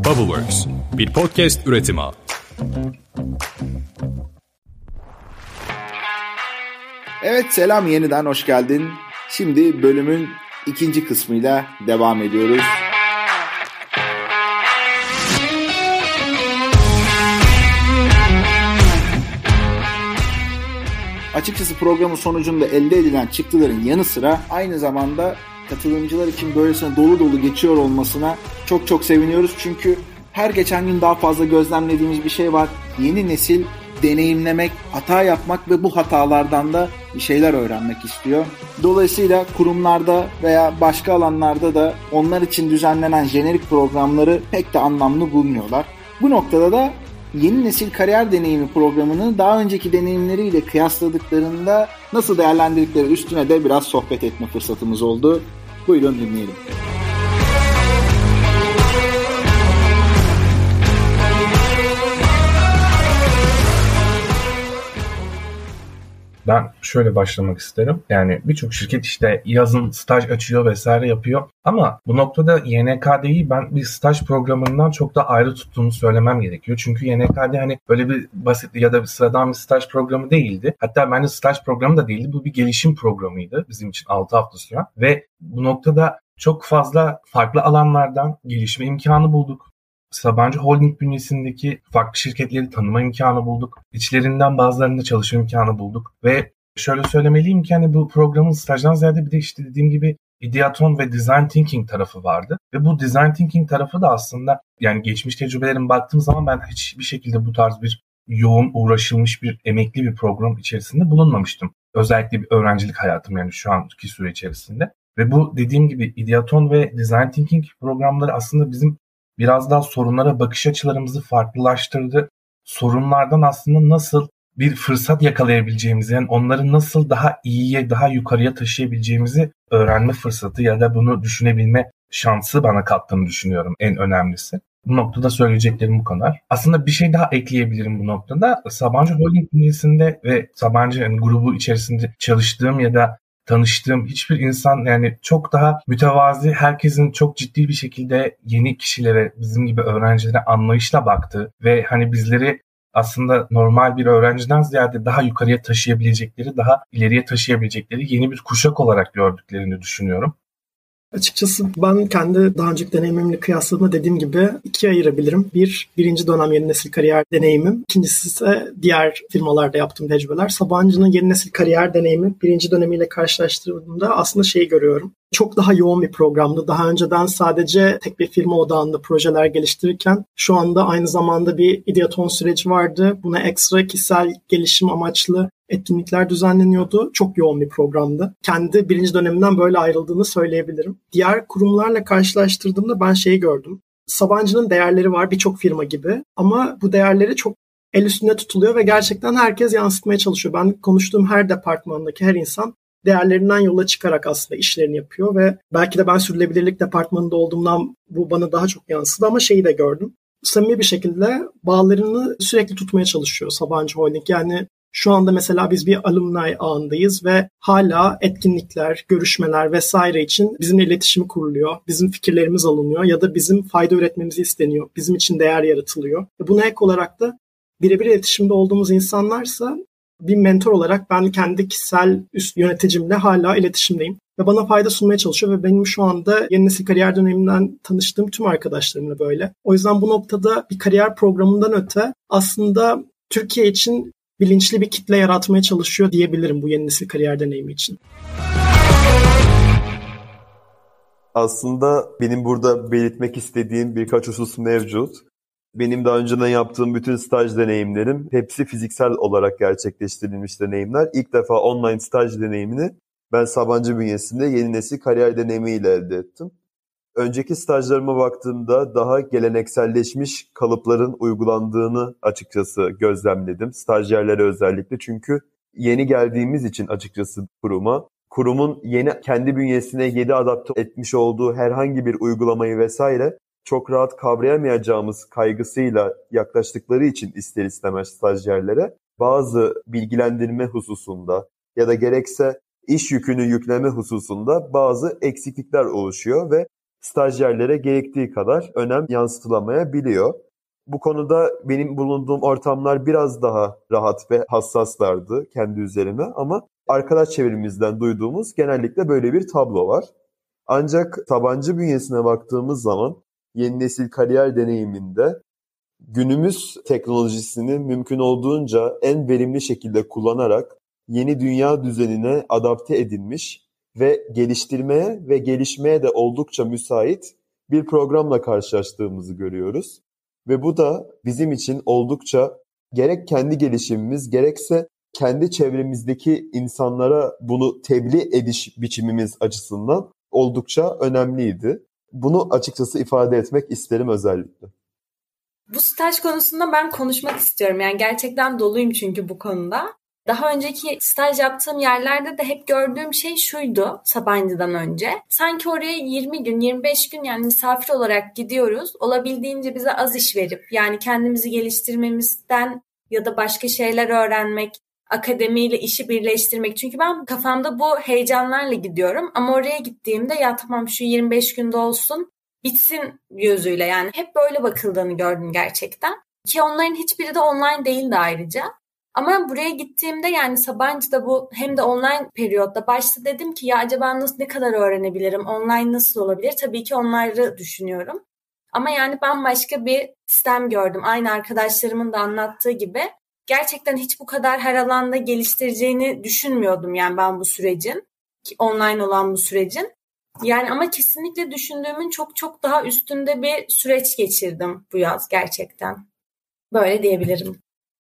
Bubbleworks, bir podcast üretimi. Evet, selam, yeniden hoş geldin. Şimdi bölümün ikinci kısmıyla devam ediyoruz. Açıkçası programın sonucunda elde edilen çıktıların yanı sıra aynı zamanda katılımcılar için böylesine dolu dolu geçiyor olmasına çok seviniyoruz. Çünkü her geçen gün daha fazla gözlemlediğimiz bir şey var. Yeni nesil deneyimlemek, hata yapmak ve bu hatalardan da bir şeyler öğrenmek istiyor. Dolayısıyla kurumlarda veya başka alanlarda da onlar için düzenlenen jenerik programları pek de anlamlı bulmuyorlar. Bu noktada da yeni nesil kariyer deneyimi programını daha önceki deneyimleriyle kıyasladıklarında nasıl değerlendirdikleri üstüne de biraz sohbet etme fırsatımız oldu. Buyurun dinleyelim. Ben şöyle başlamak isterim. Yani birçok şirket işte yazın staj açıyor vesaire yapıyor. Ama bu noktada YNKD'yi ben bir staj programından çok da ayrı tuttuğunu söylemem gerekiyor. Çünkü YNKD hani böyle bir basit ya da bir sıradan bir staj programı değildi. Hatta bence staj programı da değildi. Bu bir gelişim programıydı bizim için 6 hafta süren. Ve bu noktada çok fazla farklı alanlardan gelişme imkanı bulduk. Sabancı Holding bünyesindeki farklı şirketleri tanıma imkanı bulduk. İçlerinden bazılarında çalışma imkanı bulduk. Ve şöyle söylemeliyim ki hani bu programın stajdan ziyade bir de işte dediğim gibi ideaton ve design thinking tarafı vardı. Ve bu design thinking tarafı da aslında yani geçmiş tecrübelerime baktığım zaman ben hiçbir şekilde bu tarz bir yoğun uğraşılmış bir emekli bir program içerisinde bulunmamıştım. Özellikle bir öğrencilik hayatım yani şu anki süre içerisinde. Ve bu dediğim gibi ideaton ve design thinking programları aslında bizim biraz daha sorunlara bakış açılarımızı farklılaştırdı. Sorunlardan aslında nasıl bir fırsat yakalayabileceğimizi, yani onları nasıl daha iyiye, daha yukarıya taşıyabileceğimizi öğrenme fırsatı ya da bunu düşünebilme şansı bana kattığını düşünüyorum en önemlisi. Bu noktada söyleyeceklerim bu kadar. Aslında bir şey daha ekleyebilirim bu noktada. Sabancı Holding bünyesinde ve Sabancı grubu içerisinde çalıştığım ya da tanıştığım hiçbir insan yani çok daha mütevazi, herkesin çok ciddi bir şekilde yeni kişilere, bizim gibi öğrencilere anlayışla baktığı ve hani bizleri aslında normal bir öğrenciden ziyade daha yukarıya taşıyabilecekleri, daha ileriye taşıyabilecekleri yeni bir kuşak olarak gördüklerini düşünüyorum. Açıkçası ben kendi daha önceki deneyimimle kıyasladığımda dediğim gibi ikiye ayırabilirim. Birinci dönem yeni nesil kariyer deneyimim. İkincisi ise diğer firmalarda yaptığım tecrübeler. Sabancı'nın yeni nesil kariyer deneyimi birinci dönemiyle karşılaştırdığımda aslında şeyi görüyorum. Çok daha yoğun bir programdı. Daha önceden sadece tek bir firma odağında projeler geliştirirken şu anda aynı zamanda bir ideaton süreci vardı. Buna ekstra kişisel gelişim amaçlı etkinlikler düzenleniyordu. Çok yoğun bir programdı. Kendi birinci döneminden böyle ayrıldığını söyleyebilirim. Diğer kurumlarla karşılaştırdığımda ben şeyi gördüm. Sabancı'nın değerleri var birçok firma gibi ama bu değerleri çok el üstünde tutuluyor ve gerçekten herkes yansıtmaya çalışıyor. Ben konuştuğum her departmandaki her insan değerlerinden yola çıkarak aslında işlerini yapıyor ve belki de ben sürdürülebilirlik departmanında olduğumdan bu bana daha çok yansıdı ama şeyi de gördüm. Samimi bir şekilde bağlarını sürekli tutmaya çalışıyor Sabancı Holding. Yani şu anda mesela biz bir alumni ağındayız ve hala etkinlikler, görüşmeler vesaire için bizimle iletişimi kuruluyor. Bizim fikirlerimiz alınıyor ya da bizim fayda üretmemizi isteniyor. Bizim için değer yaratılıyor. Buna ek olarak da birebir iletişimde olduğumuz insanlarsa bir mentor olarak ben kendi kişisel üst yöneticimle hala iletişimdeyim. Ve bana fayda sunmaya çalışıyor ve benim şu anda yeni nesil kariyer döneminden tanıştığım tüm arkadaşlarımla böyle. O yüzden bu noktada bir kariyer programından öte aslında Türkiye için bilinçli bir kitle yaratmaya çalışıyor diyebilirim bu yeni nesil kariyer deneyimi için. Aslında benim burada belirtmek istediğim birkaç husus mevcut. Benim daha önceden yaptığım bütün staj deneyimlerim hepsi fiziksel olarak gerçekleştirilmiş deneyimler. İlk defa online staj deneyimini ben Sabancı bünyesinde yeni nesil kariyer deneyimiyle elde ettim. Önceki stajlarıma baktığımda daha gelenekselleşmiş kalıpların uygulandığını açıkçası gözlemledim. Stajyerlere özellikle çünkü yeni geldiğimiz için açıkçası kurumun yeni kendi bünyesine yeni adapte etmiş olduğu herhangi bir uygulamayı vesaire çok rahat kavrayamayacağımız kaygısıyla yaklaştıkları için ister istemez stajyerlere bazı bilgilendirme hususunda ya da gerekse iş yükünü yükleme hususunda bazı eksiklikler oluşuyor ve stajyerlere gerektiği kadar önem yansıtılamayabiliyor. Bu konuda benim bulunduğum ortamlar biraz daha rahat ve hassaslardı kendi üzerime ama arkadaş çevremizden duyduğumuz genellikle böyle bir tablo var. Ancak Sabancı bünyesine baktığımız zaman yeni nesil kariyer deneyiminde günümüz teknolojisini mümkün olduğunca en verimli şekilde kullanarak yeni dünya düzenine adapte edilmiş ve geliştirmeye ve gelişmeye de oldukça müsait bir programla karşılaştığımızı görüyoruz. Ve bu da bizim için oldukça gerek kendi gelişimimiz gerekse kendi çevremizdeki insanlara bunu tebliğ ediş biçimimiz açısından oldukça önemliydi. Bunu açıkçası ifade etmek isterim özellikle. Bu staj konusunda ben konuşmak istiyorum. Yani gerçekten doluyum çünkü bu konuda. Daha önceki staj yaptığım yerlerde de hep gördüğüm şey şuydu Sabancı'dan önce. Sanki oraya 20 gün, 25 gün yani misafir olarak gidiyoruz. Olabildiğince bize az iş verip yani kendimizi geliştirmemizden ya da başka şeyler öğrenmek, akademiyle işi birleştirmek. Çünkü ben kafamda bu heyecanlarla gidiyorum. Ama oraya gittiğimde ya tamam şu 25 günde olsun bitsin gözüyle yani hep böyle bakıldığını gördüm gerçekten. Ki onların hiçbiri de online değildi ayrıca. Ama buraya gittiğimde yani Sabancı'da bu hem de online periyotta başta dedim ki ya acaba ne kadar öğrenebilirim, online nasıl olabilir? Tabii ki onları düşünüyorum. Ama yani bambaşka bir sistem gördüm. Aynı arkadaşlarımın da anlattığı gibi. Gerçekten hiç bu kadar her alanda geliştireceğini düşünmüyordum yani ben bu sürecin. Online olan bu sürecin. Yani ama kesinlikle düşündüğümün çok çok daha üstünde bir süreç geçirdim bu yaz gerçekten. Böyle diyebilirim.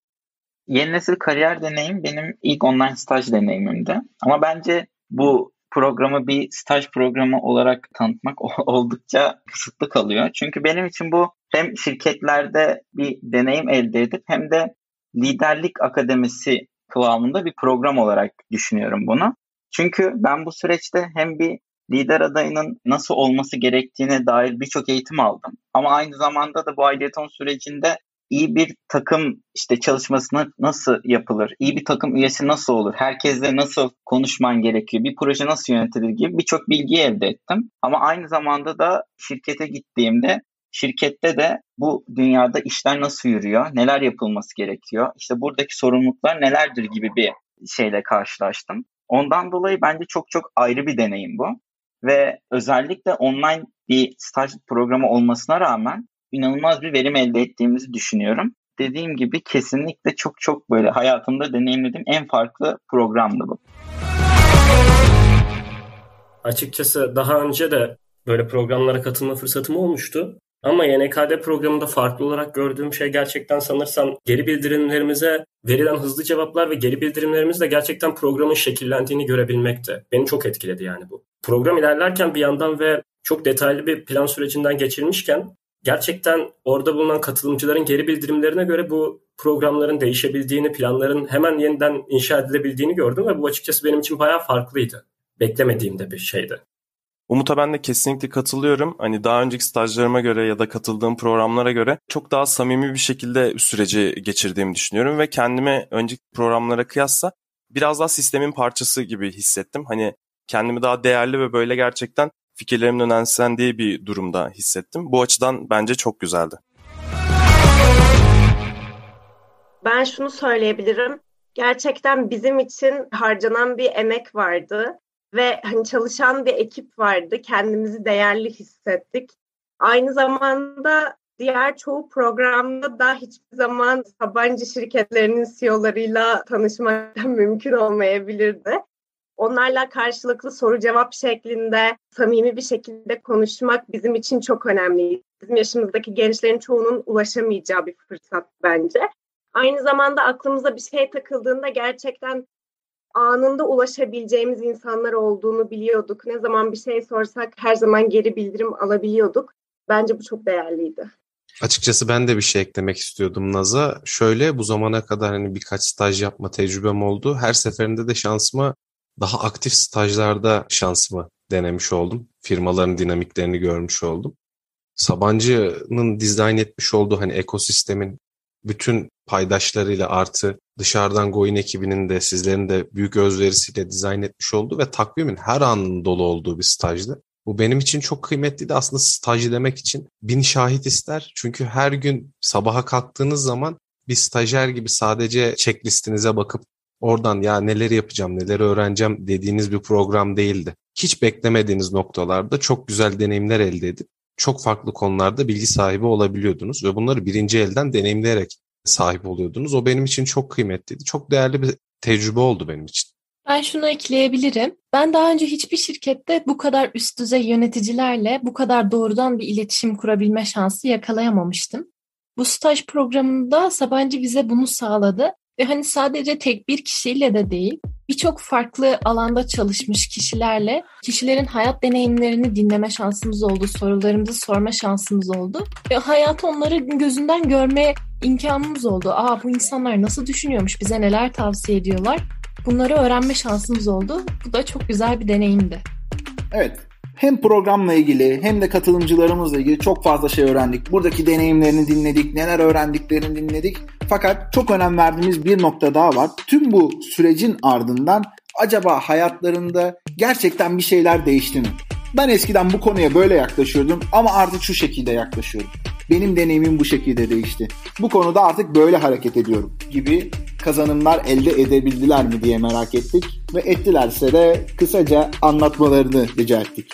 Yeni nesil kariyer deneyim benim ilk online staj deneyimimdi. Ama bence bu programı bir staj programı olarak tanıtmak oldukça kısıtlı kalıyor. Çünkü benim için bu hem şirketlerde bir deneyim elde edip hem de liderlik akademisi kıvamında bir program olarak düşünüyorum bunu. Çünkü ben bu süreçte hem bir lider adayının nasıl olması gerektiğine dair birçok eğitim aldım. Ama aynı zamanda da bu aidiyet sürecinde iyi bir takım çalışması nasıl yapılır, iyi bir takım üyesi nasıl olur, herkesle nasıl konuşman gerekiyor, bir proje nasıl yönetilir gibi birçok bilgi elde ettim. Ama aynı zamanda da şirkete gittiğimde şirkette de bu dünyada işler nasıl yürüyor, neler yapılması gerekiyor, buradaki sorumluluklar nelerdir gibi bir şeyle karşılaştım. Ondan dolayı bence çok çok ayrı bir deneyim bu. Ve özellikle online bir staj programı olmasına rağmen inanılmaz bir verim elde ettiğimizi düşünüyorum. Dediğim gibi kesinlikle çok çok böyle hayatımda deneyimlediğim en farklı programdı bu. Açıkçası daha önce de böyle programlara katılma fırsatım olmuştu. Ama YNKD programında farklı olarak gördüğüm şey gerçekten sanırsam geri bildirimlerimize verilen hızlı cevaplar ve geri bildirimlerimizle gerçekten programın şekillendiğini görebilmekti. Beni çok etkiledi yani bu. Program ilerlerken bir yandan ve çok detaylı bir plan sürecinden geçirilmişken gerçekten orada bulunan katılımcıların geri bildirimlerine göre bu programların değişebildiğini, planların hemen yeniden inşa edilebildiğini gördüm ve bu açıkçası benim için bayağı farklıydı. Beklemediğim de bir şeydi. Umut'a ben de kesinlikle katılıyorum. Hani daha önceki stajlarıma göre ya da katıldığım programlara göre çok daha samimi bir şekilde süreci geçirdiğimi düşünüyorum ve kendimi önceki programlara kıyasla biraz daha sistemin parçası gibi hissettim. Hani kendimi daha değerli ve böyle gerçekten fikirlerimin önemsendiği bir durumda hissettim. Bu açıdan bence çok güzeldi. Ben şunu söyleyebilirim. Gerçekten bizim için harcanan bir emek vardı. Ve çalışan bir ekip vardı. Kendimizi değerli hissettik. Aynı zamanda diğer çoğu programda da hiçbir zaman Sabancı şirketlerinin CEO'larıyla tanışmak mümkün olmayabilirdi. Onlarla karşılıklı soru cevap şeklinde samimi bir şekilde konuşmak bizim için çok önemli. Bizim yaşımızdaki gençlerin çoğunun ulaşamayacağı bir fırsat bence. Aynı zamanda aklımıza bir şey takıldığında gerçekten anında ulaşabileceğimiz insanlar olduğunu biliyorduk. Ne zaman bir şey sorsak her zaman geri bildirim alabiliyorduk. Bence bu çok değerliydi. Açıkçası ben de bir şey eklemek istiyordum Naz'a. Şöyle bu zamana kadar birkaç staj yapma tecrübem oldu. Her seferinde de şansıma daha aktif stajlarda şansımı denemiş oldum. Firmaların dinamiklerini görmüş oldum. Sabancı'nın dizayn etmiş olduğu ekosistemin bütün paydaşlarıyla artı dışarıdan Goin ekibinin de sizlerin de büyük özverisiyle dizayn etmiş olduğu ve takvimin her anının dolu olduğu bir stajdı. Bu benim için çok kıymetliydi. Aslında staj demek için 1000 şahit ister. Çünkü her gün sabaha kalktığınız zaman bir stajyer gibi sadece checklistinize bakıp oradan ya neleri yapacağım, neleri öğreneceğim dediğiniz bir program değildi. Hiç beklemediğiniz noktalarda çok güzel deneyimler elde edip çok farklı konularda bilgi sahibi olabiliyordunuz ve bunları birinci elden deneyimleyerek sahip oluyordunuz. O benim için çok kıymetliydi. Çok değerli bir tecrübe oldu benim için. Ben şunu ekleyebilirim. Ben daha önce hiçbir şirkette bu kadar üst düzey yöneticilerle bu kadar doğrudan bir iletişim kurabilme şansı yakalayamamıştım. Bu staj programında Sabancı bize bunu sağladı ve hani sadece tek bir kişiyle de değil, birçok farklı alanda çalışmış kişilerle kişilerin hayat deneyimlerini dinleme şansımız oldu, sorularımızı sorma şansımız oldu ve hayatı onların gözünden görme imkanımız oldu. Bu insanlar nasıl düşünüyormuş, bize neler tavsiye ediyorlar? Bunları öğrenme şansımız oldu. Bu da çok güzel bir deneyimdi. Evet. Hem programla ilgili hem de katılımcılarımızla ilgili çok fazla şey öğrendik. Buradaki deneyimlerini dinledik, neler öğrendiklerini dinledik. Fakat çok önem verdiğimiz bir nokta daha var. Tüm bu sürecin ardından acaba hayatlarında gerçekten bir şeyler değişti mi? Ben eskiden bu konuya böyle yaklaşıyordum ama artık şu şekilde yaklaşıyorum. Benim deneyimim bu şekilde değişti. Bu konuda artık böyle hareket ediyorum gibi kazanımlar elde edebildiler mi diye merak ettik ve ettilerse de kısaca anlatmalarını rica ettik.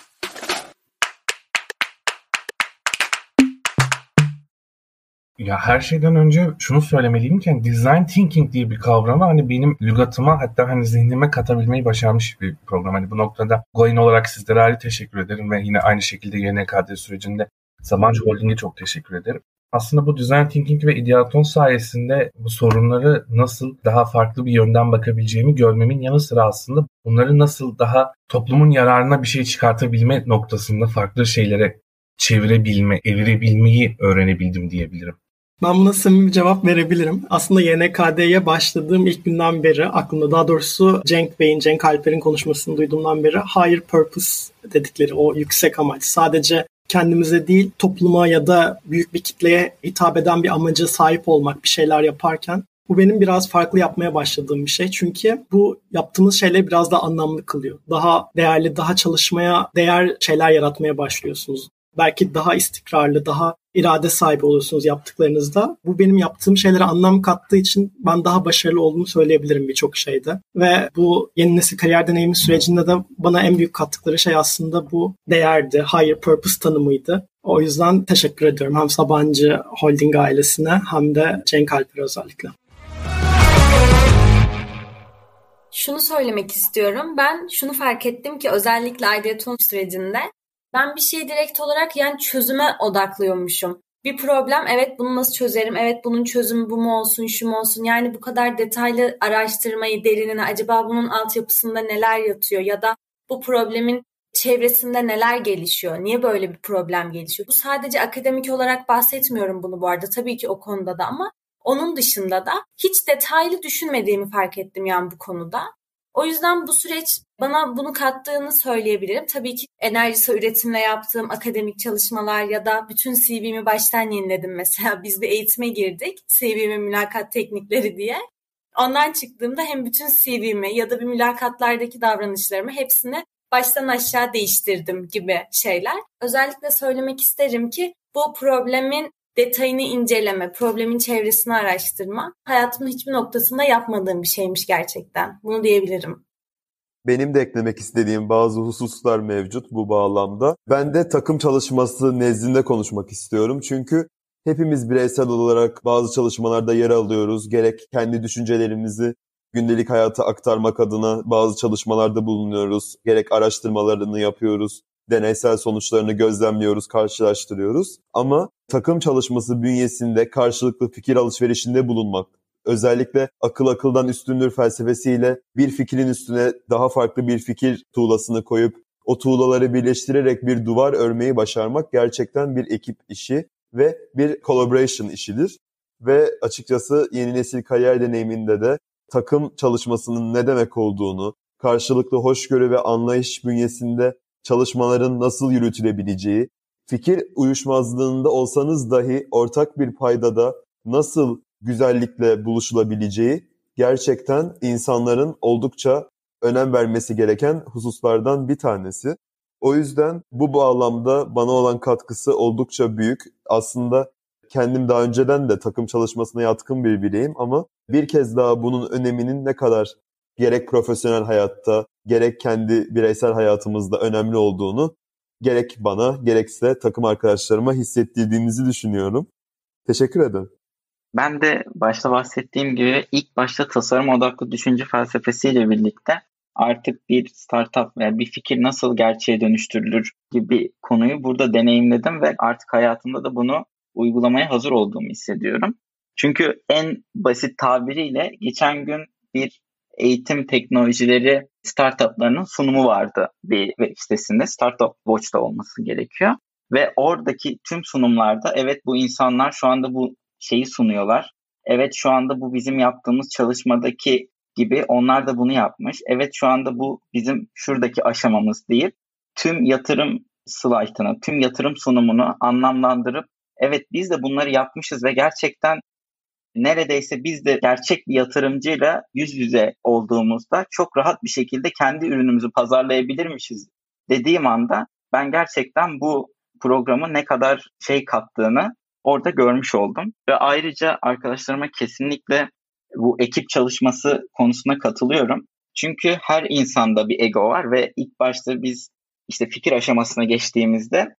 Ya her şeyden önce şunu söylemeliyim ki design thinking diye bir kavramı hani benim lügatıma hatta hani zihnime katabilmeyi başarmış bir program. Hani bu noktada Goin olarak sizlere ayrı teşekkür ederim ve yine aynı şekilde YNKD sürecinde Sabancı Holding'e çok teşekkür ederim. Aslında bu design thinking ve ideaton sayesinde bu sorunları nasıl daha farklı bir yönden bakabileceğimi görmemin yanı sıra aslında bunları nasıl daha toplumun yararına bir şey çıkartabilme noktasında farklı şeylere çevirebilme, evirebilmeyi öğrenebildim diyebilirim. Ben buna samimi bir cevap verebilirim. Aslında YNKD'ye başladığım ilk günden beri aklımda, daha doğrusu Cenk Alper'in konuşmasını duyduğumdan beri higher purpose dedikleri o yüksek amaç. Sadece kendimize değil topluma ya da büyük bir kitleye hitap eden bir amaca sahip olmak bir şeyler yaparken bu benim biraz farklı yapmaya başladığım bir şey. Çünkü bu yaptığımız şeyleri biraz daha anlamlı kılıyor. Daha değerli, daha çalışmaya değer şeyler yaratmaya başlıyorsunuz. Belki daha istikrarlı, daha irade sahibi oluyorsunuz yaptıklarınızda. Bu benim yaptığım şeylere anlam kattığı için ben daha başarılı olduğumu söyleyebilirim birçok şeyde. Ve bu yeni nesil kariyer deneyimi sürecinde de bana en büyük kattıkları şey aslında bu değerdi, higher purpose tanımıydı. O yüzden teşekkür ediyorum hem Sabancı Holding ailesine hem de Cenk Alper'e özellikle. Şunu söylemek istiyorum. Ben şunu fark ettim ki özellikle ideaton sürecinde ben bir şeyi direkt olarak yani çözüme odaklıyormuşum. Bir problem, evet bunu nasıl çözerim, evet bunun çözümü bu mu olsun, şu mu olsun. Yani bu kadar detaylı araştırmayı, derinine acaba bunun altyapısında neler yatıyor ya da bu problemin çevresinde neler gelişiyor, niye böyle bir problem gelişiyor. Bu sadece akademik olarak bahsetmiyorum bunu bu arada tabii ki o konuda da ama onun dışında da hiç detaylı düşünmediğimi fark ettim yani bu konuda. O yüzden bu süreç bana bunu kattığını söyleyebilirim. Tabii ki enerjisel üretimle yaptığım akademik çalışmalar ya da bütün CV'mi baştan yeniledim mesela. Biz bir eğitime girdik, CV ve mülakat teknikleri diye. Ondan çıktığımda hem bütün CV'mi ya da bir mülakatlardaki davranışlarımı hepsini baştan aşağı değiştirdim gibi şeyler. Özellikle söylemek isterim ki bu problemin detayını inceleme, problemin çevresini araştırma hayatımın hiçbir noktasında yapmadığım bir şeymiş gerçekten. Bunu diyebilirim. Benim de eklemek istediğim bazı hususlar mevcut bu bağlamda. Ben de takım çalışması nezdinde konuşmak istiyorum. Çünkü hepimiz bireysel olarak bazı çalışmalarda yer alıyoruz. Gerek kendi düşüncelerimizi gündelik hayata aktarmak adına bazı çalışmalarda bulunuyoruz. Gerek araştırmalarını yapıyoruz. Deneysel sonuçlarını gözlemliyoruz, karşılaştırıyoruz. Ama takım çalışması bünyesinde karşılıklı fikir alışverişinde bulunmak, özellikle akıl akıldan üstündür felsefesiyle bir fikrin üstüne daha farklı bir fikir tuğlasını koyup o tuğlaları birleştirerek bir duvar örmeyi başarmak gerçekten bir ekip işi ve bir collaboration işidir. Ve açıkçası yeni nesil kariyer deneyiminde de takım çalışmasının ne demek olduğunu, karşılıklı hoşgörü ve anlayış bünyesinde çalışmaların nasıl yürütülebileceği, fikir uyuşmazlığında olsanız dahi ortak bir paydada nasıl güzellikle buluşulabileceği gerçekten insanların oldukça önem vermesi gereken hususlardan bir tanesi. O yüzden bu bağlamda bana olan katkısı oldukça büyük. Aslında kendim daha önceden de takım çalışmasına yatkın bir bireyim ama bir kez daha bunun öneminin ne kadar gerek profesyonel hayatta, gerek kendi bireysel hayatımızda önemli olduğunu gerek bana, gerekse takım arkadaşlarıma hissettirdiğinizi düşünüyorum. Teşekkür ederim. Ben de başta bahsettiğim gibi ilk başta tasarım odaklı düşünce felsefesiyle birlikte artık bir startup veya bir fikir nasıl gerçeğe dönüştürülür gibi konuyu burada deneyimledim ve artık hayatımda da bunu uygulamaya hazır olduğumu hissediyorum. Çünkü en basit tabiriyle geçen gün bir eğitim teknolojileri startuplarının sunumu vardı bir web sitesinde. Startup Watch'ta olması gerekiyor. Ve oradaki tüm sunumlarda evet bu insanlar şu anda bu şeyi sunuyorlar. Evet şu anda bu bizim yaptığımız çalışmadaki gibi onlar da bunu yapmış. Evet şu anda bu bizim şuradaki aşamamız deyip tüm yatırım slaytını, tüm yatırım sunumunu anlamlandırıp evet biz de bunları yapmışız ve gerçekten neredeyse biz de gerçek bir yatırımcıyla yüz yüze olduğumuzda çok rahat bir şekilde kendi ürünümüzü pazarlayabilirmişiz dediğim anda ben gerçekten bu programın ne kadar şey kattığını orada görmüş oldum. Ve ayrıca arkadaşlarıma kesinlikle bu ekip çalışması konusuna katılıyorum. Çünkü her insanda bir ego var ve ilk başta biz işte fikir aşamasına geçtiğimizde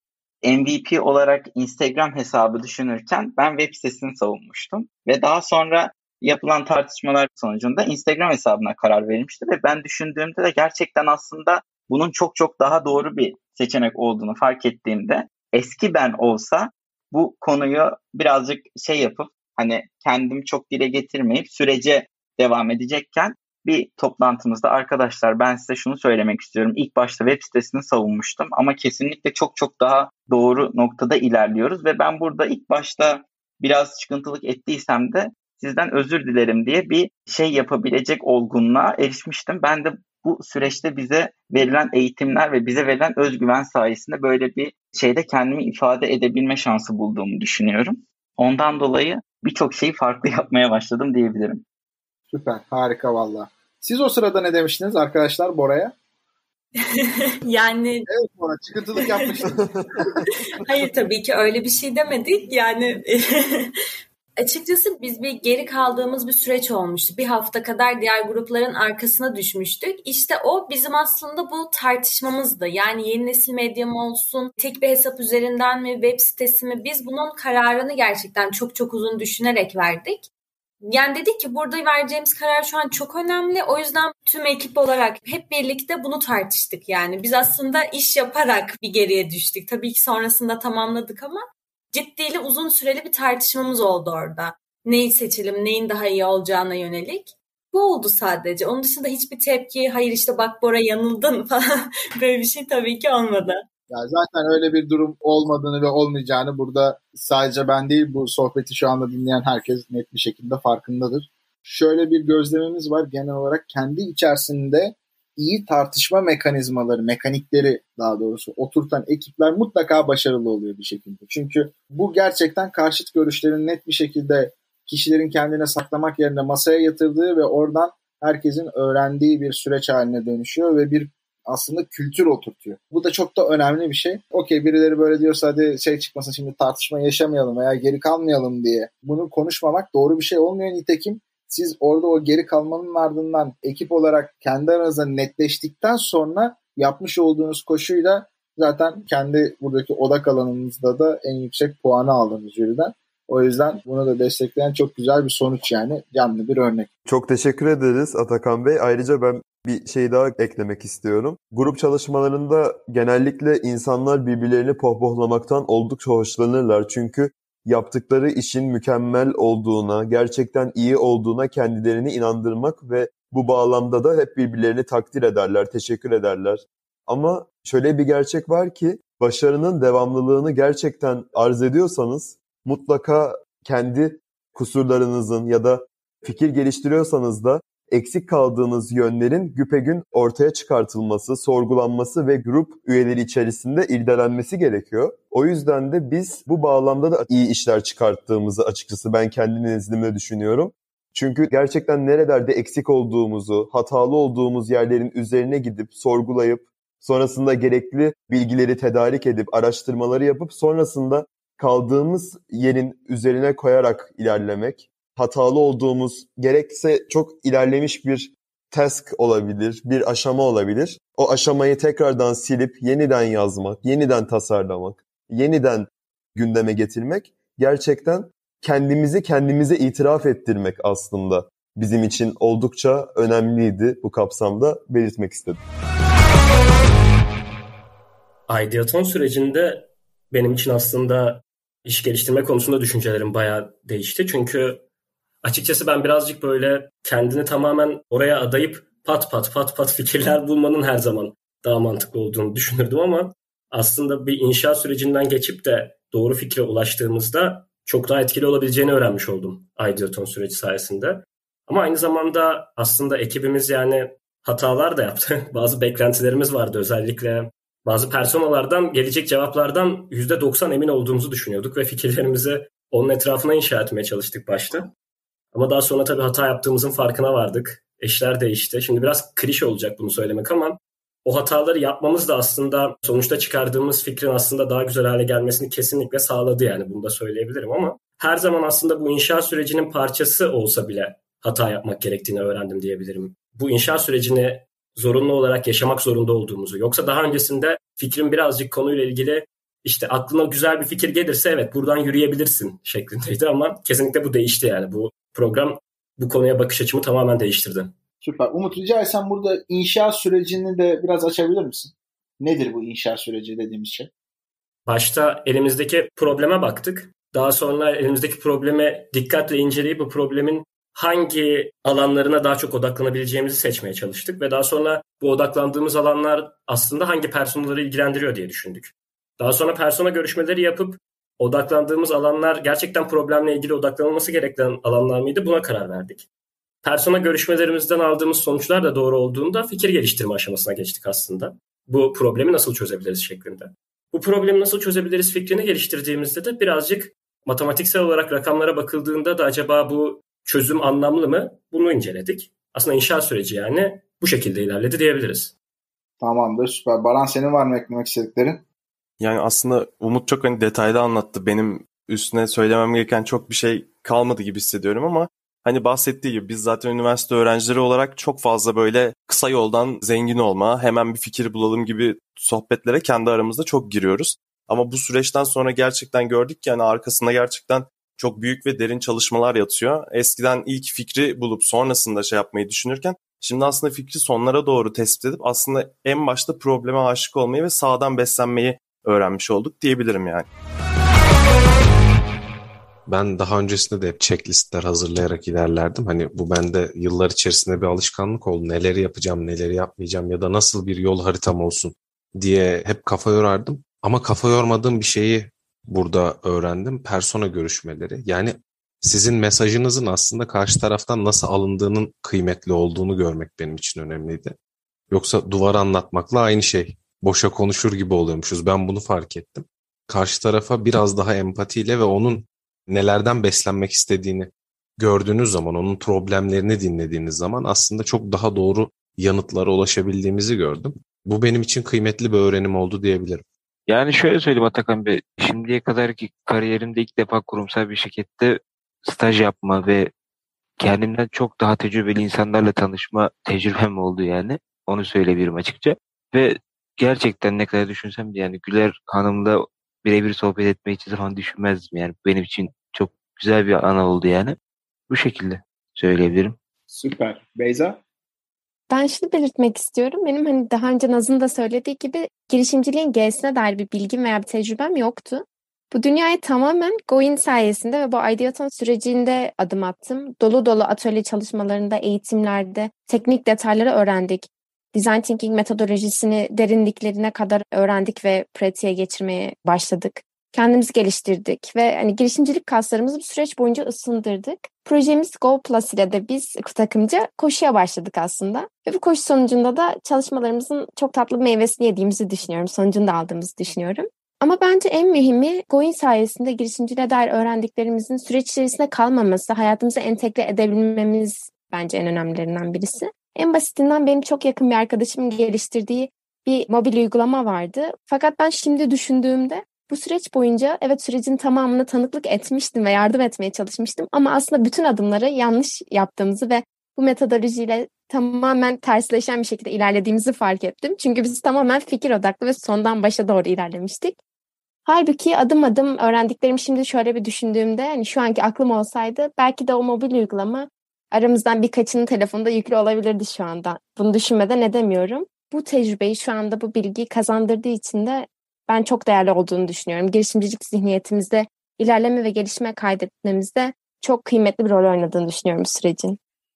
MVP olarak Instagram hesabı düşünürken ben web sitesini savunmuştum. Ve daha sonra yapılan tartışmalar sonucunda Instagram hesabına karar verilmişti. Ve ben düşündüğümde de gerçekten aslında bunun çok çok daha doğru bir seçenek olduğunu fark ettiğimde eski ben olsa bu konuyu birazcık şey yapıp hani kendim çok dile getirmeyip sürece devam edecekken bir toplantımızda arkadaşlar ben size şunu söylemek istiyorum. İlk başta web sitesini savunmuştum ama kesinlikle çok çok daha doğru noktada ilerliyoruz ve ben burada ilk başta biraz çıkıntılık ettiysem de sizden özür dilerim diye bir şey yapabilecek olgunluğa erişmiştim. Ben de bu süreçte bize verilen eğitimler ve bize verilen özgüven sayesinde böyle bir şeyde kendimi ifade edebilme şansı bulduğumu düşünüyorum. Ondan dolayı birçok şeyi farklı yapmaya başladım diyebilirim. Süper, harika valla. Siz o sırada ne demiştiniz arkadaşlar Bora'ya? Yani evet Bora, çıkıntılık yapmıştın. Hayır tabii ki öyle bir şey demedik. Yani açıkçası biz bir geri kaldığımız bir süreç olmuştu. Bir hafta kadar diğer grupların arkasına düşmüştük. İşte o bizim aslında bu tartışmamızdı. Yani yeni nesil medya mı olsun, tek bir hesap üzerinden mi, web sitesi mi? Biz bunun kararını gerçekten çok çok uzun düşünerek verdik. Yani dedik ki burada vereceğimiz karar şu an çok önemli. O yüzden tüm ekip olarak hep birlikte bunu tartıştık yani. Biz aslında iş yaparak bir geriye düştük. Tabii ki sonrasında tamamladık ama ciddiyle uzun süreli bir tartışmamız oldu orada. Neyi seçelim, neyin daha iyi olacağına yönelik. Bu oldu sadece. Onun dışında hiçbir tepki, hayır işte bak Bora yanıldın falan böyle bir şey tabii ki olmadı. Yani zaten öyle bir durum olmadığını ve olmayacağını burada sadece ben değil bu sohbeti şu anda dinleyen herkes net bir şekilde farkındadır. Şöyle bir gözlemimiz var genel olarak kendi içerisinde iyi tartışma mekanizmaları, mekanikleri daha doğrusu oturtan ekipler mutlaka başarılı oluyor bir şekilde. Çünkü bu gerçekten karşıt görüşlerin net bir şekilde kişilerin kendine saklamak yerine masaya yatırdığı ve oradan herkesin öğrendiği bir süreç haline dönüşüyor ve bir aslında kültür oturtuyor. Bu da çok da önemli bir şey. Okey birileri böyle diyorsa hadi şey çıkmasın şimdi tartışma yaşamayalım veya geri kalmayalım diye. Bunu konuşmamak doğru bir şey olmuyor. Nitekim siz orada o geri kalmanın ardından ekip olarak kendi aranızda netleştikten sonra yapmış olduğunuz koşuyla zaten kendi buradaki odak alanınızda da en yüksek puanı aldınız jüriden. O yüzden bunu da destekleyen çok güzel bir sonuç yani canlı bir örnek. Çok teşekkür ederiz Atakan Bey. Ayrıca ben bir şey daha eklemek istiyorum. Grup çalışmalarında genellikle insanlar birbirlerini pohpohlamaktan oldukça hoşlanırlar. Çünkü yaptıkları işin mükemmel olduğuna, gerçekten iyi olduğuna kendilerini inandırmak ve bu bağlamda da hep birbirlerini takdir ederler, teşekkür ederler. Ama şöyle bir gerçek var ki başarının devamlılığını gerçekten arz ediyorsanız mutlaka kendi kusurlarınızın ya da fikir geliştiriyorsanız da eksik kaldığınız yönlerin güpegün ortaya çıkartılması, sorgulanması ve grup üyeleri içerisinde irdelenmesi gerekiyor. O yüzden de biz bu bağlamda da iyi işler çıkarttığımızı açıkçası ben kendi nezdimde düşünüyorum. Çünkü gerçekten nerelerde eksik olduğumuzu, hatalı olduğumuz yerlerin üzerine gidip sorgulayıp Sonrasında gerekli bilgileri tedarik edip, araştırmaları yapıp sonrasında kaldığımız yerin üzerine koyarak ilerlemek. Hatalı olduğumuz, gerekse çok ilerlemiş bir task olabilir, bir aşama olabilir. O aşamayı tekrardan silip yeniden yazmak, yeniden tasarlamak, yeniden gündeme getirmek, gerçekten kendimizi kendimize itiraf ettirmek aslında bizim için oldukça önemliydi, bu kapsamda belirtmek istedim. Ideaton sürecinde benim için aslında iş geliştirme konusunda düşüncelerim bayağı değişti. Çünkü açıkçası ben birazcık böyle kendini tamamen oraya adayıp pat fikirler bulmanın her zaman daha mantıklı olduğunu düşünürdüm ama aslında bir inşa sürecinden geçip de doğru fikre ulaştığımızda çok daha etkili olabileceğini öğrenmiş oldum Ideaton süreci sayesinde. Ama aynı zamanda aslında ekibimiz yani hatalar da yaptı. Bazı beklentilerimiz vardı, özellikle bazı personalardan gelecek cevaplardan %90 emin olduğumuzu düşünüyorduk ve fikirlerimizi onun etrafına inşa etmeye çalıştık başta. Ama daha sonra tabii hata yaptığımızın farkına vardık. İşler değişti. Şimdi biraz klişe olacak bunu söylemek ama o hataları yapmamız da aslında sonuçta çıkardığımız fikrin aslında daha güzel hale gelmesini kesinlikle sağladı, yani bunu da söyleyebilirim ama her zaman aslında bu inşa sürecinin parçası olsa bile hata yapmak gerektiğini öğrendim diyebilirim. Bu inşa sürecini zorunlu olarak yaşamak zorunda olduğumuzu, yoksa daha öncesinde fikrin birazcık konuyla ilgili işte aklına güzel bir fikir gelirse evet buradan yürüyebilirsin şeklindeydi ama kesinlikle bu değişti yani. Bu program bu konuya bakış açımı tamamen değiştirdi. Süper. Umut, rica etsem burada inşa sürecini de biraz açabilir misin? Nedir bu inşa süreci dediğimiz şey? Başta elimizdeki probleme baktık. Daha sonra elimizdeki problemi dikkatle inceleyip bu problemin hangi alanlarına daha çok odaklanabileceğimizi seçmeye çalıştık. Ve daha sonra bu odaklandığımız alanlar aslında hangi personelleri ilgilendiriyor diye düşündük. Daha sonra persona görüşmeleri yapıp odaklandığımız alanlar gerçekten problemle ilgili odaklanılması gereken alanlar mıydı, buna karar verdik. Persona görüşmelerimizden aldığımız sonuçlar da doğru olduğunda fikir geliştirme aşamasına geçtik aslında. Bu problemi nasıl çözebiliriz şeklinde. Bu problemi nasıl çözebiliriz fikrini geliştirdiğimizde de birazcık matematiksel olarak rakamlara bakıldığında da acaba bu çözüm anlamlı mı? Bunu inceledik. Aslında inşa süreci yani bu şekilde ilerledi diyebiliriz. Tamamdır, süper. Baran, senin var mı eklemek istediklerin? Yani aslında Umut çok detaylı anlattı. Benim üstüne söylemem gereken çok bir şey kalmadı gibi hissediyorum ama hani bahsettiği gibi biz zaten üniversite öğrencileri olarak çok fazla böyle kısa yoldan zengin olma, hemen bir fikir bulalım gibi sohbetlere kendi aramızda çok giriyoruz. Ama bu süreçten sonra gerçekten gördük ki yani arkasında gerçekten çok büyük ve derin çalışmalar yatıyor. Eskiden ilk fikri bulup sonrasında yapmayı düşünürken şimdi aslında fikri sonlara doğru tespit edip aslında en başta probleme aşık olmayı ve sahadan beslenmeyi öğrenmiş olduk diyebilirim yani. Ben daha öncesinde de hep checklistler hazırlayarak ilerlerdim. Hani bu bende yıllar içerisinde bir alışkanlık oldu. Neleri yapacağım, neleri yapmayacağım ya da nasıl bir yol haritam olsun diye hep kafa yorardım. Ama kafa yormadığım bir şeyi burada öğrendim. Persona görüşmeleri. Yani sizin mesajınızın aslında karşı taraftan nasıl alındığının kıymetli olduğunu görmek benim için önemliydi. Yoksa duvar anlatmakla aynı şey. Boşa konuşur gibi oluyormuşuz. Ben bunu fark ettim. Karşı tarafa biraz daha empatiyle ve onun nelerden beslenmek istediğini gördüğünüz zaman, onun problemlerini dinlediğiniz zaman aslında çok daha doğru yanıtlara ulaşabildiğimizi gördüm. Bu benim için kıymetli bir öğrenim oldu diyebilirim. Yani şöyle söyleyeyim Atakan Bey, şimdiye kadarki kariyerimde ilk defa kurumsal bir şirkette staj yapma ve kendimden çok daha tecrübeli insanlarla tanışma tecrübem oldu yani. Onu söyleyebilirim açıkça. Ve gerçekten ne kadar düşünsem de yani Güler Hanım'la birebir sohbet etmeyi hiç zaman düşünmezdim yani. Benim için çok güzel bir ana oldu yani. Bu şekilde söyleyebilirim. Süper. Beyza? Ben şunu belirtmek istiyorum. Benim hani daha önce Naz'ın da söylediği gibi girişimciliğin G'sine dair bir bilgim veya bir tecrübem yoktu. Bu dünyaya tamamen Goin sayesinde ve bu Ideaton sürecinde adım attım. Dolu dolu atölye çalışmalarında, eğitimlerde teknik detayları öğrendik. Design Thinking metodolojisini derinliklerine kadar öğrendik ve pratiğe geçirmeye başladık. Kendimizi geliştirdik ve hani girişimcilik kaslarımızı bu süreç boyunca ısındırdık. Projemiz Go Plus ile de biz takımca koşuya başladık aslında. Ve bu koşu sonucunda da çalışmalarımızın çok tatlı bir meyvesini yediğimizi düşünüyorum. Sonucunu da aldığımızı düşünüyorum. Ama bence en mühimi Goin sayesinde girişimciliğe dair öğrendiklerimizin süreç içerisinde kalmaması, hayatımıza entegre edebilmemiz bence en önemlilerinden birisi. En basitinden benim çok yakın bir arkadaşımın geliştirdiği bir mobil uygulama vardı. Fakat ben şimdi düşündüğümde bu süreç boyunca evet sürecin tamamına tanıklık etmiştim ve yardım etmeye çalışmıştım. Ama aslında bütün adımları yanlış yaptığımızı ve bu metodolojiyle tamamen tersleşen bir şekilde ilerlediğimizi fark ettim. Çünkü biz tamamen fikir odaklı ve sondan başa doğru ilerlemiştik. Halbuki adım adım öğrendiklerimi şimdi şöyle bir düşündüğümde hani şu anki aklım olsaydı belki de o mobil uygulama aramızdan birkaçının telefonda yüklü olabilirdi şu anda. Bunu düşünmeden edemiyorum. Bu tecrübeyi şu anda bu bilgiyi kazandırdığı için de ben çok değerli olduğunu düşünüyorum. Girişimcilik zihniyetimizde ilerleme ve gelişme kaydetmemizde çok kıymetli bir rol oynadığını düşünüyorum sürecin.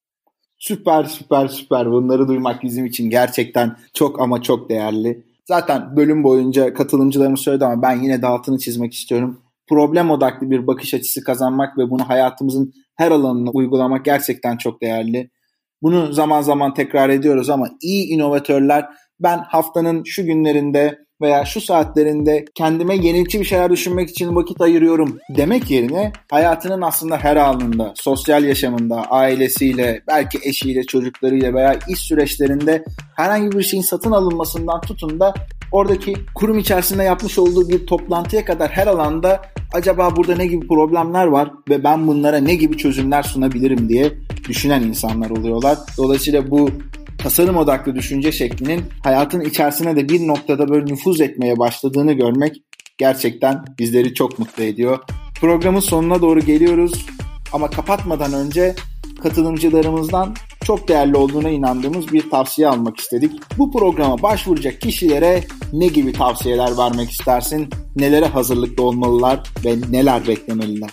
Süper. Bunları duymak bizim için gerçekten çok ama çok değerli. Zaten bölüm boyunca katılımcılarımız söyledi ama ben yine de altını çizmek istiyorum. Problem odaklı bir bakış açısı kazanmak ve bunu hayatımızın her alanına uygulamak gerçekten çok değerli. Bunu zaman zaman tekrar ediyoruz ama iyi inovatörler ben haftanın şu günlerinde veya şu saatlerinde kendime yenilikçi bir şeyler düşünmek için vakit ayırıyorum demek yerine hayatının aslında her anında, sosyal yaşamında, ailesiyle, belki eşiyle, çocuklarıyla veya iş süreçlerinde herhangi bir şeyin satın alınmasından tutun da oradaki kurum içerisinde yapmış olduğu bir toplantıya kadar her alanda acaba burada ne gibi problemler var ve ben bunlara ne gibi çözümler sunabilirim diye düşünen insanlar oluyorlar. Dolayısıyla bu tasarım odaklı düşünce şeklinin hayatın içerisine de bir noktada böyle nüfuz etmeye başladığını görmek gerçekten bizleri çok mutlu ediyor. Programın sonuna doğru geliyoruz ama kapatmadan önce katılımcılarımızdan çok değerli olduğuna inandığımız bir tavsiye almak istedik. Bu programa başvuracak kişilere ne gibi tavsiyeler vermek istersin? Nelere hazırlıklı olmalılar ve neler beklemeliler?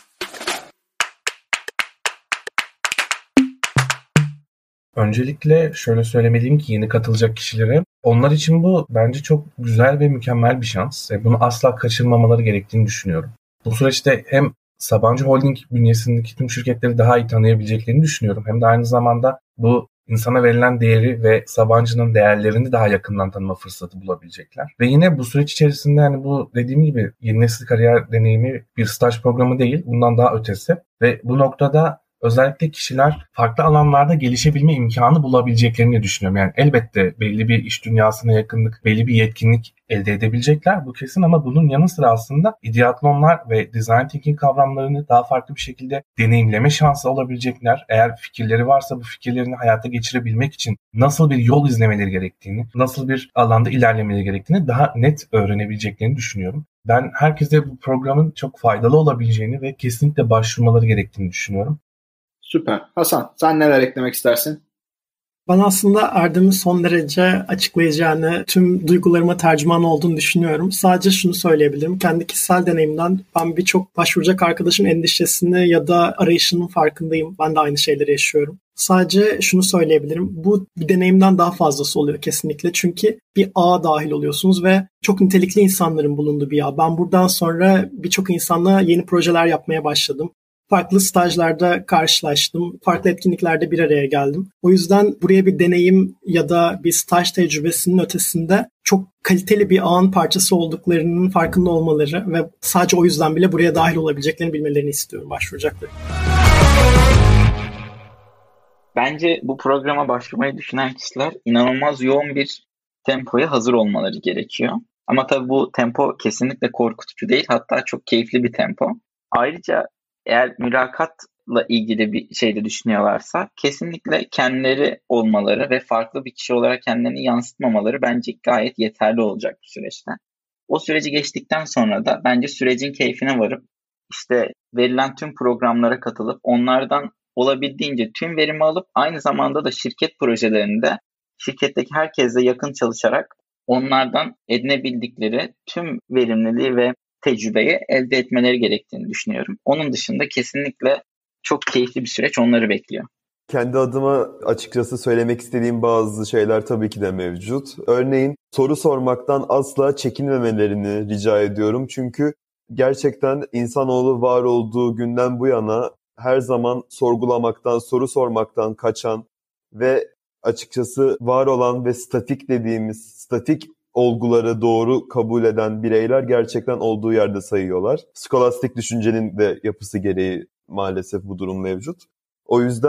Öncelikle şöyle söylemeliyim ki yeni katılacak kişilere onlar için bu bence çok güzel ve mükemmel bir şans. Bunu asla kaçırmamaları gerektiğini düşünüyorum. Bu süreçte hem Sabancı Holding bünyesindeki tüm şirketleri daha iyi tanıyabileceklerini düşünüyorum. Hem de aynı zamanda bu insana verilen değeri ve Sabancı'nın değerlerini daha yakından tanıma fırsatı bulabilecekler. Ve yine bu süreç içerisinde hani bu dediğim gibi yeni nesil kariyer deneyimi bir staj programı değil, bundan daha ötesi. Ve bu noktada özellikle kişiler farklı alanlarda gelişebilme imkanı bulabileceklerini düşünüyorum. Yani elbette belli bir iş dünyasına yakınlık, belli bir yetkinlik elde edebilecekler, bu kesin, ama bunun yanı sıra aslında ideatlonlar ve design thinking kavramlarını daha farklı bir şekilde deneyimleme şansı olabilecekler. Eğer fikirleri varsa bu fikirlerini hayata geçirebilmek için nasıl bir yol izlemeleri gerektiğini, nasıl bir alanda ilerlemeleri gerektiğini daha net öğrenebileceklerini düşünüyorum. Ben herkese bu programın çok faydalı olabileceğini ve kesinlikle başvurmaları gerektiğini düşünüyorum. Süper. Hasan, sen neler eklemek istersin? Ben aslında Erdem'in son derece açıklayacağını, tüm duygularıma tercüman olduğunu düşünüyorum. Sadece şunu söyleyebilirim. Kendi kişisel deneyimden ben birçok başvuracak arkadaşın endişesini ya da arayışının farkındayım. Ben de aynı şeyleri yaşıyorum. Sadece şunu söyleyebilirim. Bu bir deneyimden daha fazlası oluyor kesinlikle. Çünkü bir ağa dahil oluyorsunuz ve çok nitelikli insanların bulunduğu bir ağ. Ben buradan sonra birçok insanla yeni projeler yapmaya başladım. Farklı stajlarda karşılaştım. Farklı etkinliklerde bir araya geldim. O yüzden buraya bir deneyim ya da bir staj tecrübesinin ötesinde çok kaliteli bir ağın parçası olduklarının farkında olmaları ve sadece o yüzden bile buraya dahil olabileceklerini bilmelerini istiyorum başvuracakları. Bence bu programa başvurmayı düşünen kişiler inanılmaz yoğun bir tempoya hazır olmaları gerekiyor. Ama tabii bu tempo kesinlikle korkutucu değil. Hatta çok keyifli bir tempo. Ayrıca eğer mülakatla ilgili bir şey de düşünüyorlarsa kesinlikle kendileri olmaları ve farklı bir kişi olarak kendilerini yansıtmamaları bence gayet yeterli olacak bu süreçte. O süreci geçtikten sonra da bence sürecin keyfine varıp işte verilen tüm programlara katılıp onlardan olabildiğince tüm verimi alıp aynı zamanda da şirket projelerinde şirketteki herkesle yakın çalışarak onlardan edinebildikleri tüm verimliliği ve tecrübeyi elde etmeleri gerektiğini düşünüyorum. Onun dışında kesinlikle çok keyifli bir süreç onları bekliyor. Kendi adıma açıkçası söylemek istediğim bazı şeyler tabii ki de mevcut. Örneğin soru sormaktan asla çekinmemelerini rica ediyorum. Çünkü gerçekten insanoğlu var olduğu günden bu yana her zaman sorgulamaktan, soru sormaktan kaçan ve açıkçası var olan ve statik olguları doğru kabul eden bireyler gerçekten olduğu yerde sayıyorlar. Skolastik düşüncenin de yapısı gereği maalesef bu durum mevcut. O yüzden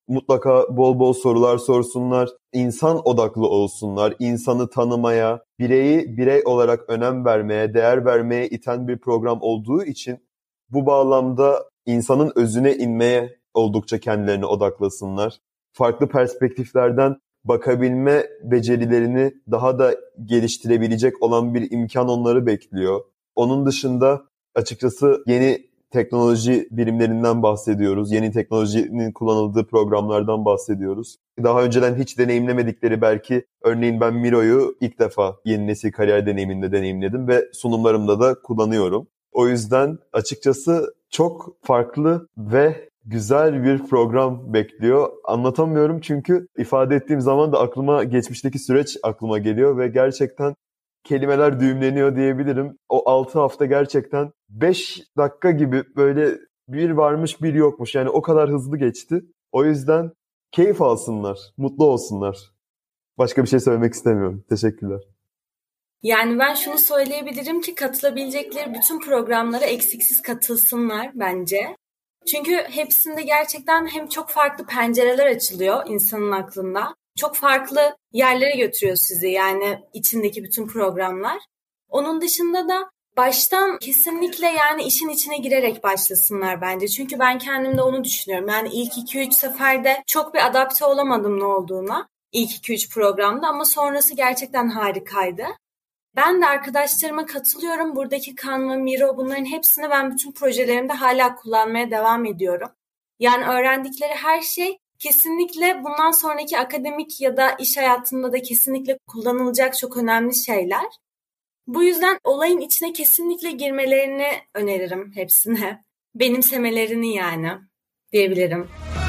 mutlaka bol bol sorular sorsunlar, insan odaklı olsunlar, insanı tanımaya, bireyi birey olarak önem vermeye, değer vermeye iten bir program olduğu için bu bağlamda insanın özüne inmeye oldukça kendilerini odaklasınlar. Farklı perspektiflerden bakabilme becerilerini daha da geliştirebilecek olan bir imkan onları bekliyor. Onun dışında açıkçası yeni teknoloji birimlerinden bahsediyoruz. Yeni teknolojinin kullanıldığı programlardan bahsediyoruz. Daha önceden hiç deneyimlemedikleri belki, örneğin ben Miro'yu ilk defa yeni nesil kariyer deneyiminde deneyimledim ve sunumlarımda da kullanıyorum. O yüzden açıkçası çok farklı ve güzel bir program bekliyor. Anlatamıyorum çünkü ifade ettiğim zaman da aklıma geçmişteki süreç aklıma geliyor ve gerçekten kelimeler düğümleniyor diyebilirim. O 6 hafta gerçekten 5 dakika gibi böyle bir varmış bir yokmuş. Yani o kadar hızlı geçti. O yüzden keyif alsınlar, mutlu olsunlar. Başka bir şey söylemek istemiyorum. Teşekkürler. Yani ben şunu söyleyebilirim ki katılabilecekleri bütün programlara eksiksiz katılsınlar bence. Çünkü hepsinde gerçekten hem çok farklı pencereler açılıyor insanın aklında. Çok farklı yerlere götürüyor sizi yani içindeki bütün programlar. Onun dışında da baştan kesinlikle yani işin içine girerek başlasınlar bence. Çünkü ben kendimde onu düşünüyorum. Yani ilk 2-3 seferde çok bir adapte olamadım ne olduğuna. İlk 2-3 programda ama sonrası gerçekten harikaydı. Ben de arkadaşlarıma katılıyorum. Buradaki Canva, Miro bunların hepsini ben bütün projelerimde hala kullanmaya devam ediyorum. Yani öğrendikleri her şey kesinlikle bundan sonraki akademik ya da iş hayatında da kesinlikle kullanılacak çok önemli şeyler. Bu yüzden olayın içine kesinlikle girmelerini öneririm hepsine. Benimsemelerini yani diyebilirim.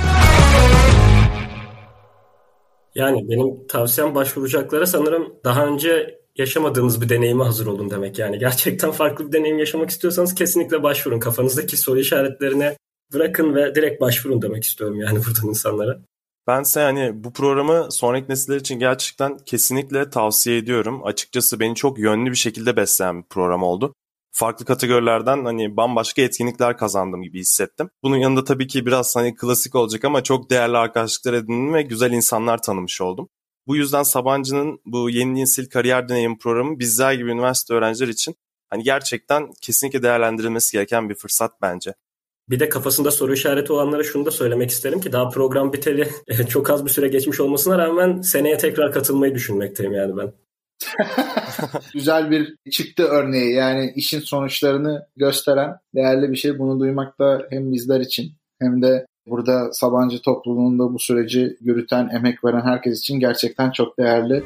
Yani benim tavsiyem başvuracaklara sanırım daha önce yaşamadığınız bir deneyime hazır olun demek. Yani gerçekten farklı bir deneyim yaşamak istiyorsanız kesinlikle başvurun. Kafanızdaki soru işaretlerini bırakın ve direkt başvurun demek istiyorum yani buradan insanlara. Bense yani bu programı sonraki nesiller için gerçekten kesinlikle tavsiye ediyorum. Açıkçası beni çok yönlü bir şekilde besleyen bir program oldu. Farklı kategorilerden hani bambaşka etkinlikler kazandım gibi hissettim. Bunun yanında tabii ki biraz hani klasik olacak ama çok değerli arkadaşlıklar edindim ve güzel insanlar tanımış oldum. Bu yüzden Sabancı'nın bu yeni nesil kariyer deneyim programı bizler gibi üniversite öğrencileri için hani gerçekten kesinlikle değerlendirilmesi gereken bir fırsat bence. Bir de kafasında soru işareti olanlara şunu da söylemek isterim ki daha program biteli çok az bir süre geçmiş olmasına rağmen seneye tekrar katılmayı düşünmekteyim yani ben. Güzel bir çıktı örneği yani işin sonuçlarını gösteren değerli bir şey. Bunu duymak da hem bizler için hem de burada Sabancı topluluğunda bu süreci yürüten, emek veren herkes için gerçekten çok değerli.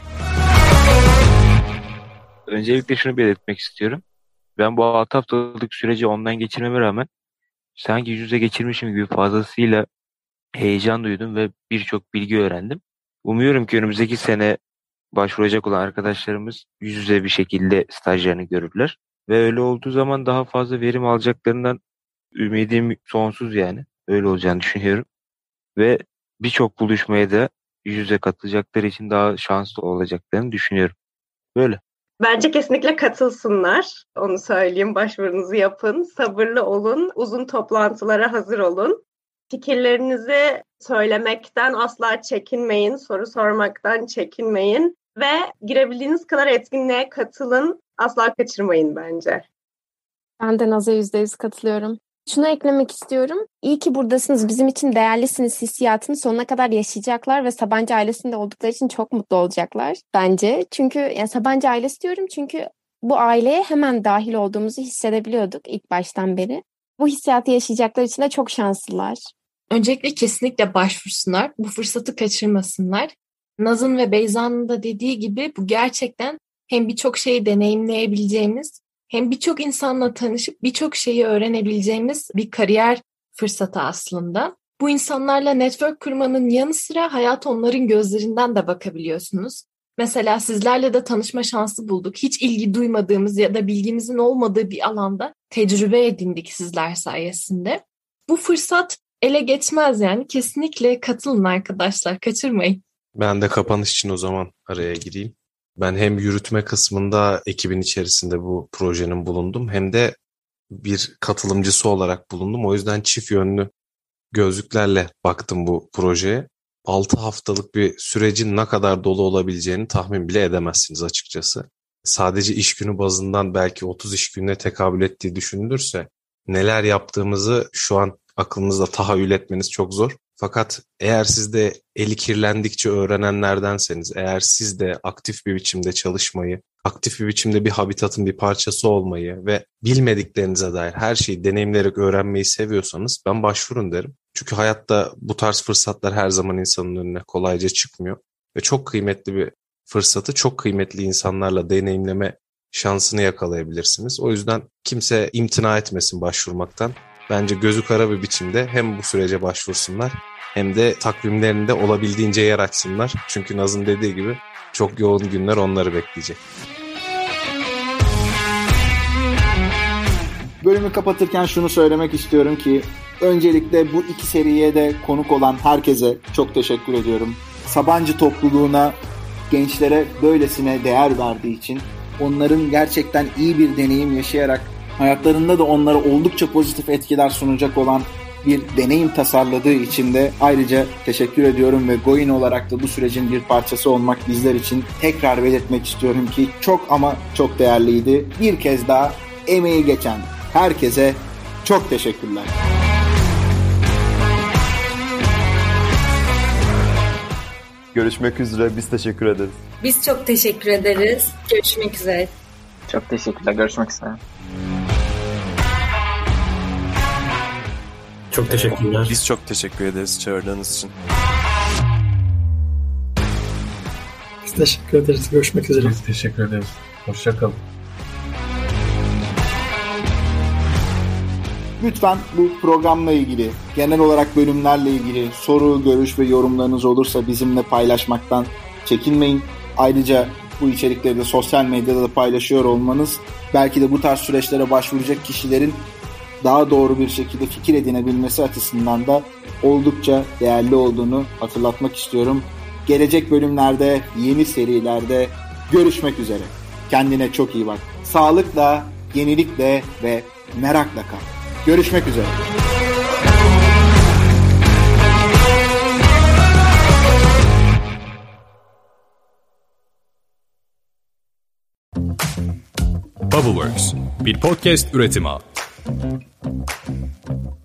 Öncelikle şunu belirtmek istiyorum. Ben bu 6 haftalık süreci online geçirmeme rağmen sanki yüz yüze geçirmişim gibi fazlasıyla heyecan duydum ve birçok bilgi öğrendim. Umuyorum ki önümüzdeki sene başvuracak olan arkadaşlarımız yüz yüze bir şekilde stajlarını görürler. Ve öyle olduğu zaman daha fazla verim alacaklarından ümidim sonsuz yani. Öyle olacağını düşünüyorum. Ve birçok buluşmaya da yüz yüze katılacakları için daha şanslı olacaklarını düşünüyorum. Böyle. Bence kesinlikle katılsınlar. Onu söyleyeyim. Başvurunuzu yapın. Sabırlı olun. Uzun toplantılara hazır olun. Fikirlerinizi söylemekten asla çekinmeyin. Soru sormaktan çekinmeyin. Ve girebildiğiniz kadar etkinliğe katılın. Asla kaçırmayın bence. Ben de Naz'a %100 katılıyorum. Şunu eklemek istiyorum. İyi ki buradasınız, bizim için değerlisiniz hissiyatını sonuna kadar yaşayacaklar ve Sabancı ailesinde oldukları için çok mutlu olacaklar bence. Çünkü yani Sabancı ailesi diyorum çünkü bu aileye hemen dahil olduğumuzu hissedebiliyorduk ilk baştan beri. Bu hissiyatı yaşayacaklar için de çok şanslılar. Öncelikle kesinlikle başvursunlar, bu fırsatı kaçırmasınlar. Naz'ın ve Beyza'nın da dediği gibi bu gerçekten hem birçok şeyi deneyimleyebileceğimiz hem birçok insanla tanışıp birçok şeyi öğrenebileceğimiz bir kariyer fırsatı aslında. Bu insanlarla network kurmanın yanı sıra hayat onların gözlerinden de bakabiliyorsunuz. Mesela sizlerle de tanışma şansı bulduk. Hiç ilgi duymadığımız ya da bilgimizin olmadığı bir alanda tecrübe edindik sizler sayesinde. Bu fırsat ele geçmez yani. Kesinlikle katılın arkadaşlar, kaçırmayın. Ben de kapanış için o zaman araya gireyim. Ben hem yürütme kısmında ekibin içerisinde bu projenin bulundum hem de bir katılımcısı olarak bulundum. O yüzden çift yönlü gözlüklerle baktım bu projeye. 6 haftalık bir sürecin ne kadar dolu olabileceğini tahmin bile edemezsiniz açıkçası. Sadece iş günü bazından belki 30 iş gününe tekabül ettiği düşünülürse neler yaptığımızı şu an aklınızda tahayyül etmeniz çok zor. Fakat eğer siz de eli kirlendikçe öğrenenlerdenseniz, eğer siz de aktif bir biçimde çalışmayı, aktif bir biçimde bir habitatın bir parçası olmayı ve bilmediklerinize dair her şeyi deneyimleyerek öğrenmeyi seviyorsanız ben başvurun derim. Çünkü hayatta bu tarz fırsatlar her zaman insanın önüne kolayca çıkmıyor. Ve çok kıymetli bir fırsatı çok kıymetli insanlarla deneyimleme şansını yakalayabilirsiniz. O yüzden kimse imtina etmesin başvurmaktan. Bence gözü kara bir biçimde hem bu sürece başvursunlar hem de takvimlerinde olabildiğince yer açsınlar. Çünkü Naz'ın dediği gibi çok yoğun günler onları bekleyecek. Bölümü kapatırken şunu söylemek istiyorum ki öncelikle bu iki seriye de konuk olan herkese çok teşekkür ediyorum. Sabancı topluluğuna, gençlere böylesine değer verdiği için, onların gerçekten iyi bir deneyim yaşayarak hayatlarında da onlara oldukça pozitif etkiler sunacak olan bir deneyim tasarladığı için de ayrıca teşekkür ediyorum ve Goin olarak da bu sürecin bir parçası olmak bizler için tekrar belirtmek istiyorum ki çok ama çok değerliydi. Bir kez daha emeği geçen herkese çok teşekkürler. Görüşmek üzere. Biz teşekkür ederiz. Biz çok teşekkür ederiz. Görüşmek üzere. Çok teşekkürler. Görüşmek üzere. Çok teşekkürler. Biz çok teşekkür ederiz çağırdığınız için. Biz teşekkür ederiz. Görüşmek üzere. Biz teşekkür ederiz. Hoşça kalın. Lütfen bu programla ilgili, genel olarak bölümlerle ilgili soru, görüş ve yorumlarınız olursa bizimle paylaşmaktan çekinmeyin. Ayrıca bu içerikleri de sosyal medyada da paylaşıyor olmanız belki de bu tarz süreçlere başvuracak kişilerin daha doğru bir şekilde fikir edinebilmesi açısından da oldukça değerli olduğunu hatırlatmak istiyorum. Gelecek bölümlerde, yeni serilerde görüşmek üzere. Kendine çok iyi bak. Sağlıkla, yenilikle ve merakla kal. Görüşmek üzere. Bubbleworks bir podcast üretimi.